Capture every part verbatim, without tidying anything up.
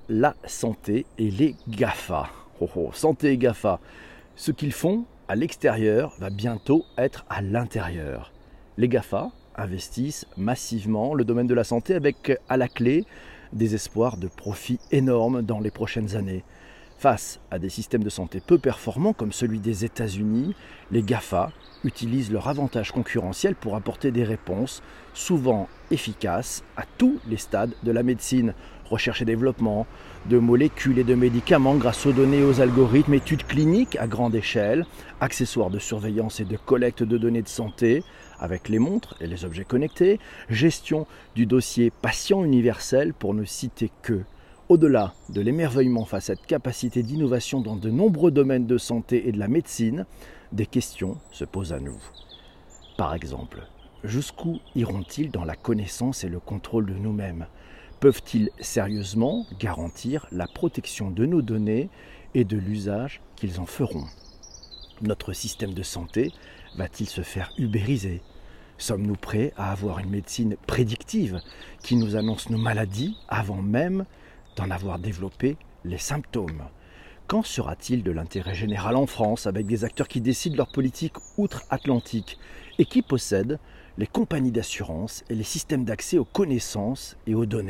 la santé et les GAFA. Oh, oh, santé et GAFA. Ce qu'ils font à l'extérieur va bientôt être à l'intérieur. Les GAFA investissent massivement le domaine de la santé avec à la clé des espoirs de profits énormes dans les prochaines années. Face à des systèmes de santé peu performants comme celui des États-Unis, les GAFA utilisent leur avantage concurrentiel pour apporter des réponses souvent efficaces à tous les stades de la médecine. Recherche et développement de molécules et de médicaments grâce aux données et aux algorithmes, études cliniques à grande échelle, accessoires de surveillance et de collecte de données de santé avec les montres et les objets connectés, gestion du dossier patient universel pour ne citer que. Au-delà de l'émerveillement face à cette capacité d'innovation dans de nombreux domaines de santé et de la médecine, des questions se posent à nous. Par exemple, jusqu'où iront-ils dans la connaissance et le contrôle de nous-mêmes ? Peuvent-ils sérieusement garantir la protection de nos données et de l'usage qu'ils en feront ? Notre système de santé va-t-il se faire ubériser ? Sommes-nous prêts à avoir une médecine prédictive qui nous annonce nos maladies avant même d'en avoir développé les symptômes ? Qu'en sera-t-il de l'intérêt général en France avec des acteurs qui décident leur politique outre-Atlantique et qui possèdent les compagnies d'assurance et les systèmes d'accès aux connaissances et aux données ?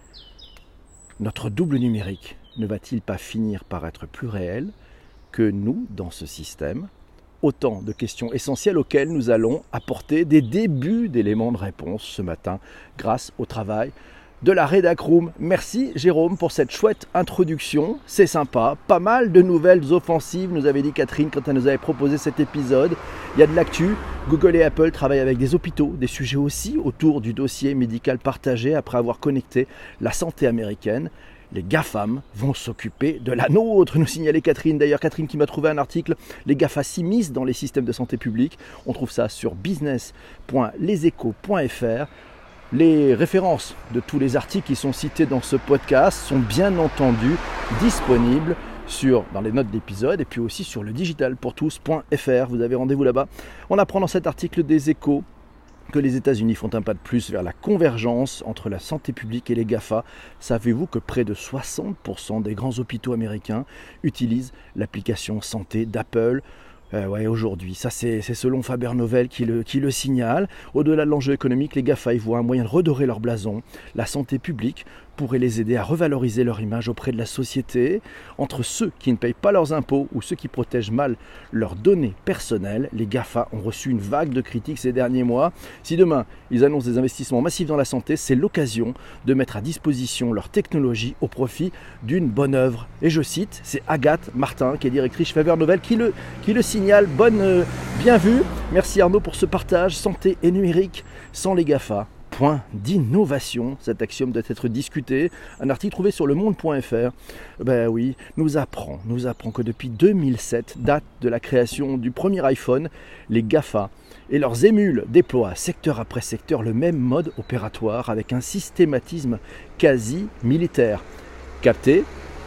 Notre double numérique ne va-t-il pas finir par être plus réel que nous dans ce système ? Autant de questions essentielles auxquelles nous allons apporter des débuts d'éléments de réponse ce matin grâce au travail de la Redac Room. Merci Jérôme pour cette chouette introduction, c'est sympa, pas mal de nouvelles offensives, nous avait dit Catherine quand elle nous avait proposé cet épisode. Il y a de l'actu, Google et Apple travaillent avec des hôpitaux, des sujets aussi autour du dossier médical partagé après avoir connecté la santé américaine. Les GAFAM vont s'occuper de la nôtre, nous signalait Catherine. D'ailleurs, Catherine qui m'a trouvé un article, les GAFA s'immiscent dans les systèmes de santé publique. On trouve ça sur business point les échos point f r. Les références de tous les articles qui sont cités dans ce podcast sont bien entendu disponibles sur, dans les notes d'épisode et puis aussi sur le digital pour tous point f r. Vous avez rendez-vous là-bas. On apprend dans cet article des Échos que les États-Unis font un pas de plus vers la convergence entre la santé publique et les GAFA. Savez-vous que près de soixante pour cent des grands hôpitaux américains utilisent l'application santé d'Apple ? Euh, ouais, aujourd'hui, ça c'est, c'est selon Faber Novel qui le, qui le signale. Au-delà de l'enjeu économique, les GAFA y voient un moyen de redorer leur blason. La santé publique pourrait les aider à revaloriser leur image auprès de la société. Entre ceux qui ne payent pas leurs impôts ou ceux qui protègent mal leurs données personnelles, les GAFA ont reçu une vague de critiques ces derniers mois. Si demain, ils annoncent des investissements massifs dans la santé, c'est l'occasion de mettre à disposition leur technologie au profit d'une bonne œuvre. Et je cite, c'est Agathe Martin, qui est directrice Faber Novel, qui le, qui le signale. Bonne, euh, bien vu. Merci Arnaud pour ce partage. Santé et numérique sans les GAFA. Point d'innovation, cet axiome doit être discuté. Un article trouvé sur le monde point f r, ben oui, nous apprend, nous apprend que depuis deux mille sept, date de la création du premier iPhone, les GAFA et leurs émules déploient secteur après secteur le même mode opératoire avec un systématisme quasi militaire. Capter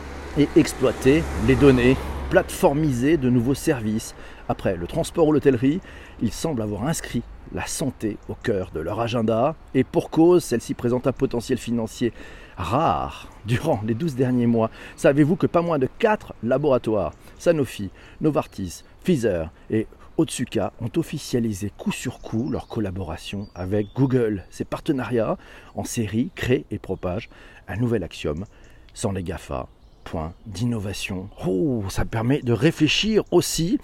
et exploiter les données, plateformiser de nouveaux services. Après le transport ou l'hôtellerie, ils semblent avoir inscrit la santé au cœur de leur agenda et pour cause, celle-ci présente un potentiel financier rare durant les douze derniers mois. Savez-vous que pas moins de quatre laboratoires, Sanofi, Novartis, Pfizer et Otsuka, ont officialisé coup sur coup leur collaboration avec Google. Ces partenariats en série créent et propagent un nouvel axiome, sans les GAFA, point d'innovation. Oh, ça permet de réfléchir aussi.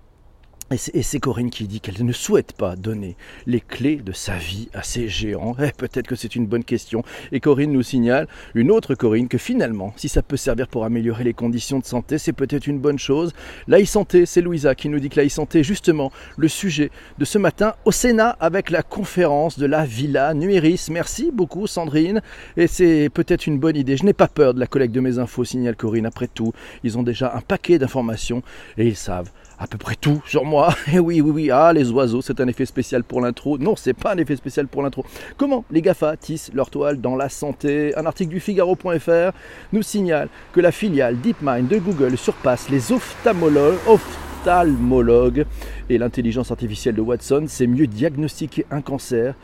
Et c'est, et c'est Corinne qui dit qu'elle ne souhaite pas donner les clés de sa vie à ces géants. Eh, peut-être que c'est une bonne question. Et Corinne nous signale, une autre Corinne, que finalement, si ça peut servir pour améliorer les conditions de santé, c'est peut-être une bonne chose. La e-santé, c'est Louisa qui nous dit que la e-santé est justement le sujet de ce matin au Sénat avec la conférence de la Villa Numéris. Merci beaucoup Sandrine. Et c'est peut-être une bonne idée. Je n'ai pas peur de la collecte de mes infos, signale Corinne. Après tout, ils ont déjà un paquet d'informations et ils savent à peu près tout sur moi. Et oui, oui, oui, ah, les oiseaux, c'est un effet spécial pour l'intro. Non, c'est pas un effet spécial pour l'intro. Comment les GAFA tissent leur toile dans la santé ? Un article du Figaro point f r nous signale que la filiale DeepMind de Google surpasse les ophtalmologues, ophtalmologues et l'intelligence artificielle de Watson sait mieux diagnostiquer un cancer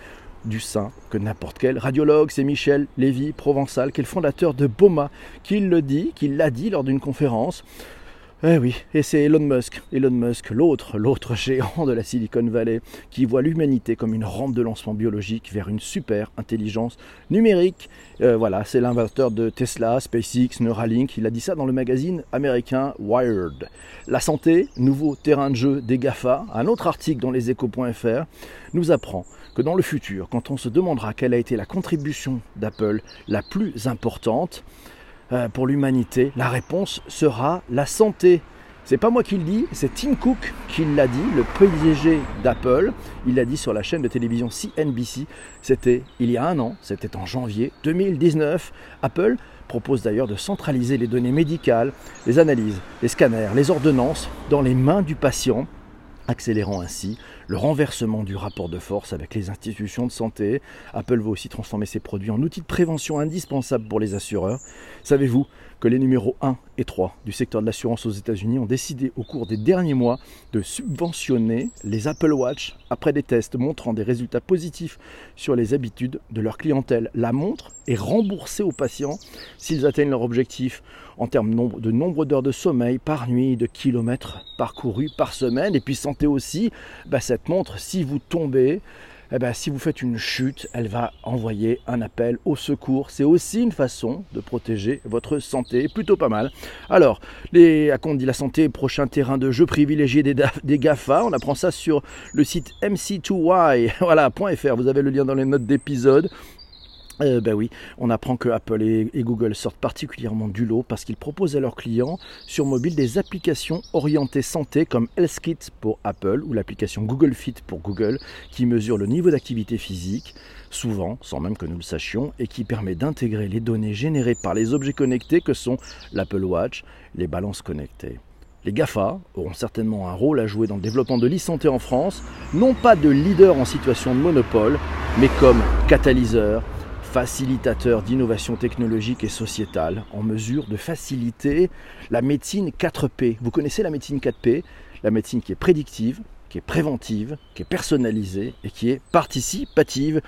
du sein que n'importe quel radiologue. C'est Michel Lévy-Provençal, qui est le fondateur de Boma, qui le dit, qui l'a dit lors d'une conférence. Eh oui, et c'est Elon Musk, Elon Musk, l'autre, l'autre géant de la Silicon Valley, qui voit l'humanité comme une rampe de lancement biologique vers une super intelligence numérique. Euh, voilà, c'est l'inventeur de Tesla, SpaceX, Neuralink. Il a dit ça dans le magazine américain Wired. La santé, nouveau terrain de jeu des GAFA. Un autre article dans leséchos point f r nous apprend que dans le futur, quand on se demandera quelle a été la contribution d'Apple la plus importante, pour l'humanité, la réponse sera la santé. C'est pas moi qui le dis, c'est Tim Cook qui l'a dit, le P D G d'Apple. Il l'a dit sur la chaîne de télévision C N B C. C'était il y a un an, c'était en janvier deux mille dix-neuf. Apple propose d'ailleurs de centraliser les données médicales, les analyses, les scanners, les ordonnances dans les mains du patient, accélérant ainsi le renversement du rapport de force avec les institutions de santé. Apple va aussi transformer ses produits en outils de prévention indispensables pour les assureurs. Savez-vous que les numéros un et trois du secteur de l'assurance aux États-Unis ont décidé au cours des derniers mois de subventionner les Apple Watch après des tests montrant des résultats positifs sur les habitudes de leur clientèle. La montre est remboursée aux patients s'ils atteignent leur objectif en termes de nombre d'heures de sommeil par nuit, de kilomètres parcourus par semaine. Et puis santé aussi, bah cette montre, si vous tombez, eh ben, si vous faites une chute, elle va envoyer un appel au secours. C'est aussi une façon de protéger votre santé, plutôt pas mal. Alors, les, à quoi on dit la santé, prochain terrain de jeu privilégié des, des GAFA, on apprend ça sur le site M C deux Y, voilà, .fr, vous avez le lien dans les notes d'épisode. Euh, ben oui, on apprend que Apple et, et Google sortent particulièrement du lot parce qu'ils proposent à leurs clients sur mobile des applications orientées santé comme HealthKit pour Apple ou l'application Google Fit pour Google qui mesure le niveau d'activité physique, souvent sans même que nous le sachions, et qui permet d'intégrer les données générées par les objets connectés que sont l'Apple Watch, les balances connectées. Les GAFA auront certainement un rôle à jouer dans le développement de l'e-santé en France, non pas de leader en situation de monopole, mais comme catalyseur, facilitateur d'innovation technologique et sociétale, en mesure de faciliter la médecine quatre P. Vous connaissez la médecine quatre P? La médecine qui est prédictive, qui est préventive, qui est personnalisée et qui est participative.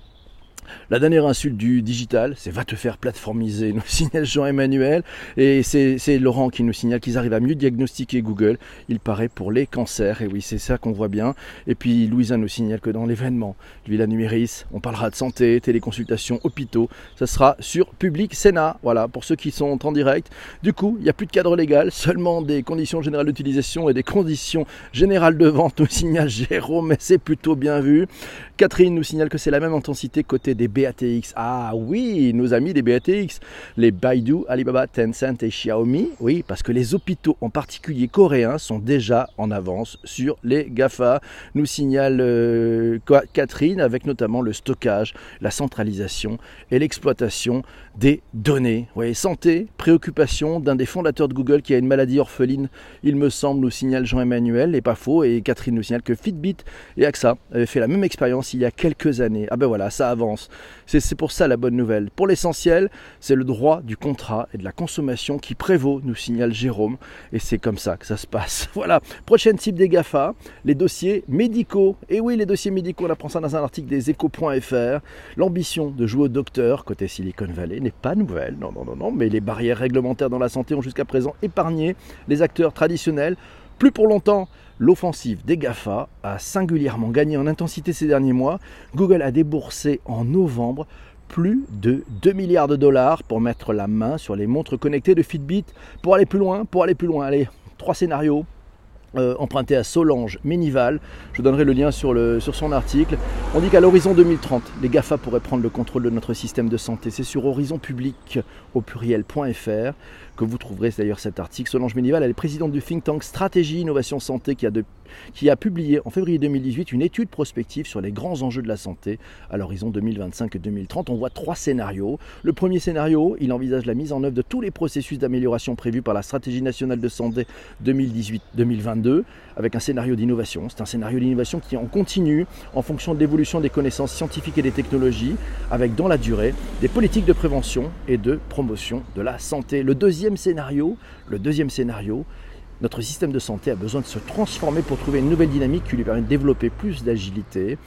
La dernière insulte du digital, c'est va te faire plateformiser, nous signale Jean-Emmanuel. Et c'est, c'est Laurent qui nous signale qu'ils arrivent à mieux diagnostiquer Google, il paraît, pour les cancers. Et oui, c'est ça qu'on voit bien. Et puis Louisa nous signale que dans l'événement du Villa Numéris, on parlera de santé, téléconsultation, hôpitaux. Ça sera sur Public Sénat. Voilà, pour ceux qui sont en direct. Du coup, il n'y a plus de cadre légal, seulement des conditions générales d'utilisation et des conditions générales de vente, nous signale Jérôme, mais c'est plutôt bien vu. Catherine nous signale que c'est la même intensité côté des B A T X. Ah oui, nos amis des B A T X, les Baidu, Alibaba, Tencent et Xiaomi. Oui, parce que les hôpitaux, en particulier coréens, sont déjà en avance sur les GAFA, nous signale euh, Catherine, avec notamment le stockage, la centralisation et l'exploitation des données. Oui, santé, préoccupation d'un des fondateurs de Google qui a une maladie orpheline, il me semble, nous signale Jean-Emmanuel, et pas faux, et Catherine nous signale que Fitbit et A X A avaient fait la même expérience il y a quelques années. Ah ben voilà, ça avance. C'est, c'est pour ça la bonne nouvelle. Pour l'essentiel, c'est le droit du contrat et de la consommation qui prévaut, nous signale Jérôme, et c'est comme ça que ça se passe. Voilà, prochaine cible des GAFA, les dossiers médicaux. Et oui, les dossiers médicaux, on apprend ça dans un article des échos point f r. L'ambition de jouer au docteur côté Silicon Valley n'est pas nouvelle, non, non, non, non, mais les barrières réglementaires dans la santé ont jusqu'à présent épargné les acteurs traditionnels. Plus pour longtemps, l'offensive des GAFA a singulièrement gagné en intensité ces derniers mois. Google a déboursé en novembre plus de deux milliards de dollars pour mettre la main sur les montres connectées de Fitbit. Pour aller plus loin, pour aller plus loin, allez, trois scénarios. Euh, emprunté à Solange Ménival, je donnerai le lien sur, le, sur son article. On dit qu'à l'horizon deux mille trente, les GAFA pourraient prendre le contrôle de notre système de santé. C'est sur horizon public au pluriel point f r que vous trouverez d'ailleurs cet article. Solange Ménival, elle est présidente du think tank Stratégie Innovation Santé qui a, de, qui a publié en février deux mille dix-huit une étude prospective sur les grands enjeux de la santé à l'horizon deux mille vingt-cinq deux mille trente. On voit trois scénarios. Le premier scénario, il envisage la mise en œuvre de tous les processus d'amélioration prévus par la Stratégie nationale de santé deux mille dix-huit deux mille vingt-deux avec un scénario d'innovation. C'est un scénario d'innovation qui en continue en fonction de l'évolution des connaissances scientifiques et des technologies, avec dans la durée des politiques de prévention et de promotion de la santé. Le deuxième scénario, le deuxième scénario, notre système de santé a besoin de se transformer pour trouver une nouvelle dynamique qui lui permet de développer plus d'agilité,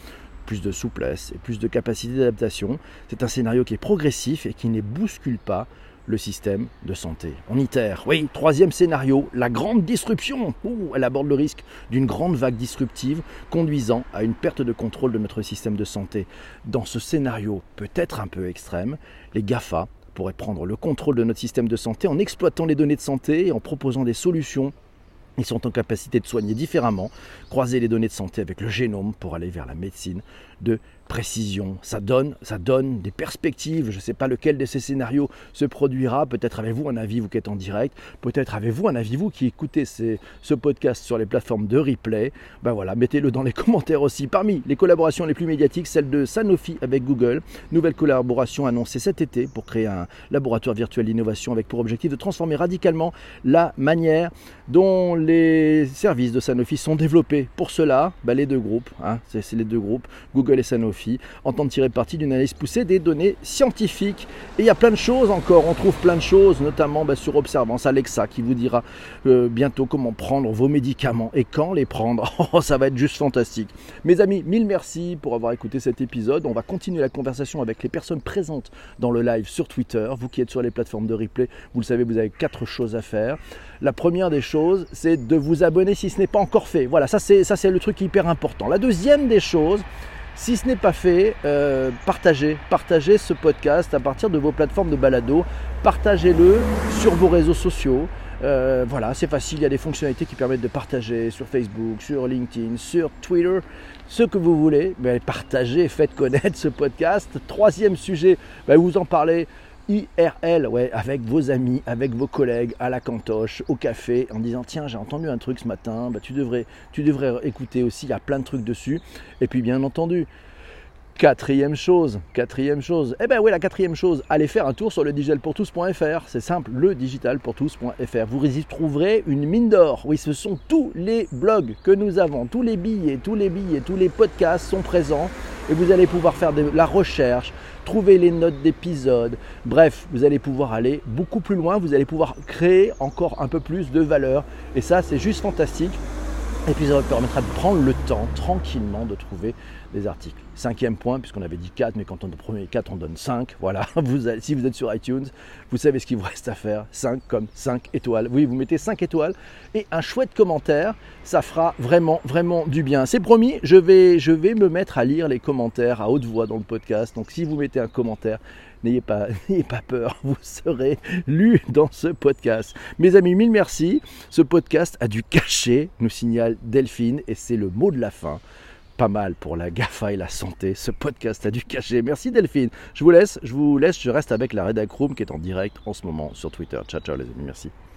plus de souplesse et plus de capacité d'adaptation. C'est un scénario qui est progressif et qui ne bouscule pas le système de santé. On itère. Oui, troisième scénario, la grande disruption. Ouh, elle aborde le risque d'une grande vague disruptive conduisant à une perte de contrôle de notre système de santé. Dans ce scénario peut-être un peu extrême, les GAFA pourraient prendre le contrôle de notre système de santé en exploitant les données de santé et en proposant des solutions. Ils sont en capacité de soigner différemment, croiser les données de santé avec le génome pour aller vers la médecine de précision. Ça donne, ça donne des perspectives. Je ne sais pas lequel de ces scénarios se produira. Peut-être avez-vous un avis, vous qui êtes en direct. Peut-être avez-vous un avis, vous qui écoutez ces, ce podcast sur les plateformes de replay. Ben voilà, mettez-le dans les commentaires aussi. Parmi les collaborations les plus médiatiques, celle de Sanofi avec Google. Nouvelle collaboration annoncée cet été pour créer un laboratoire virtuel d'innovation avec pour objectif de transformer radicalement la manière dont les services de Sanofi sont développés. Pour cela, ben les deux groupes, hein, c'est, c'est les deux groupes, Google et Sanofi, entendent tirer parti d'une analyse poussée des données scientifiques. Et il y a plein de choses encore, on trouve plein de choses, notamment ben, sur Observance, Alexa qui vous dira euh, bientôt comment prendre vos médicaments et quand les prendre. Oh, ça va être juste fantastique. Mes amis, mille merci pour avoir écouté cet épisode. On va continuer la conversation avec les personnes présentes dans le live sur Twitter. Vous qui êtes sur les plateformes de replay, vous le savez, vous avez quatre choses à faire. La première des choses, c'est de vous abonner si ce n'est pas encore fait. Voilà, ça c'est, ça c'est le truc hyper important. La deuxième des choses, si ce n'est pas fait, euh, partagez, partagez ce podcast à partir de vos plateformes de balado, partagez-le sur vos réseaux sociaux. Euh, voilà, c'est facile, il y a des fonctionnalités qui permettent de partager sur Facebook, sur LinkedIn, sur Twitter, ce que vous voulez. Mais partagez, faites connaître ce podcast. Troisième sujet, ben vous en parlez I R L, ouais, avec vos amis, avec vos collègues, à la cantoche, au café, en disant tiens, j'ai entendu un truc ce matin, bah, tu devrais, tu devrais écouter aussi, il y a plein de trucs dessus. Et puis bien entendu, quatrième chose, quatrième chose, eh ben oui, la quatrième chose, allez faire un tour sur le digital pour tous point f r, c'est simple, le digital pour tous point f r. Vous y trouverez une mine d'or. Oui, ce sont tous les blogs que nous avons, tous les billets, tous les billets, tous les podcasts sont présents et vous allez pouvoir faire de la recherche, trouver les notes d'épisodes, bref, vous allez pouvoir aller beaucoup plus loin, vous allez pouvoir créer encore un peu plus de valeur et ça, c'est juste fantastique. Et puis ça vous permettra de prendre le temps tranquillement de trouver des articles. Cinquième point, puisqu'on avait dit quatre, mais quand on promet quatre, on donne cinq. Voilà, vous allez, si vous êtes sur iTunes, vous savez ce qu'il vous reste à faire. cinq comme cinq étoiles. Oui, vous mettez cinq étoiles et un chouette commentaire. Ça fera vraiment, vraiment du bien. C'est promis, je vais, je vais me mettre à lire les commentaires à haute voix dans le podcast. Donc si vous mettez un commentaire, N'ayez pas, n'ayez pas peur, vous serez lu dans ce podcast. Mes amis, mille merci. Ce podcast a du cachet, nous signale Delphine, et c'est le mot de la fin. Pas mal pour la GAFA et la santé. Ce podcast a du cachet. Merci Delphine. Je vous laisse, je vous laisse, je reste avec la Redac Room qui est en direct en ce moment sur Twitter. Ciao, ciao les amis, merci.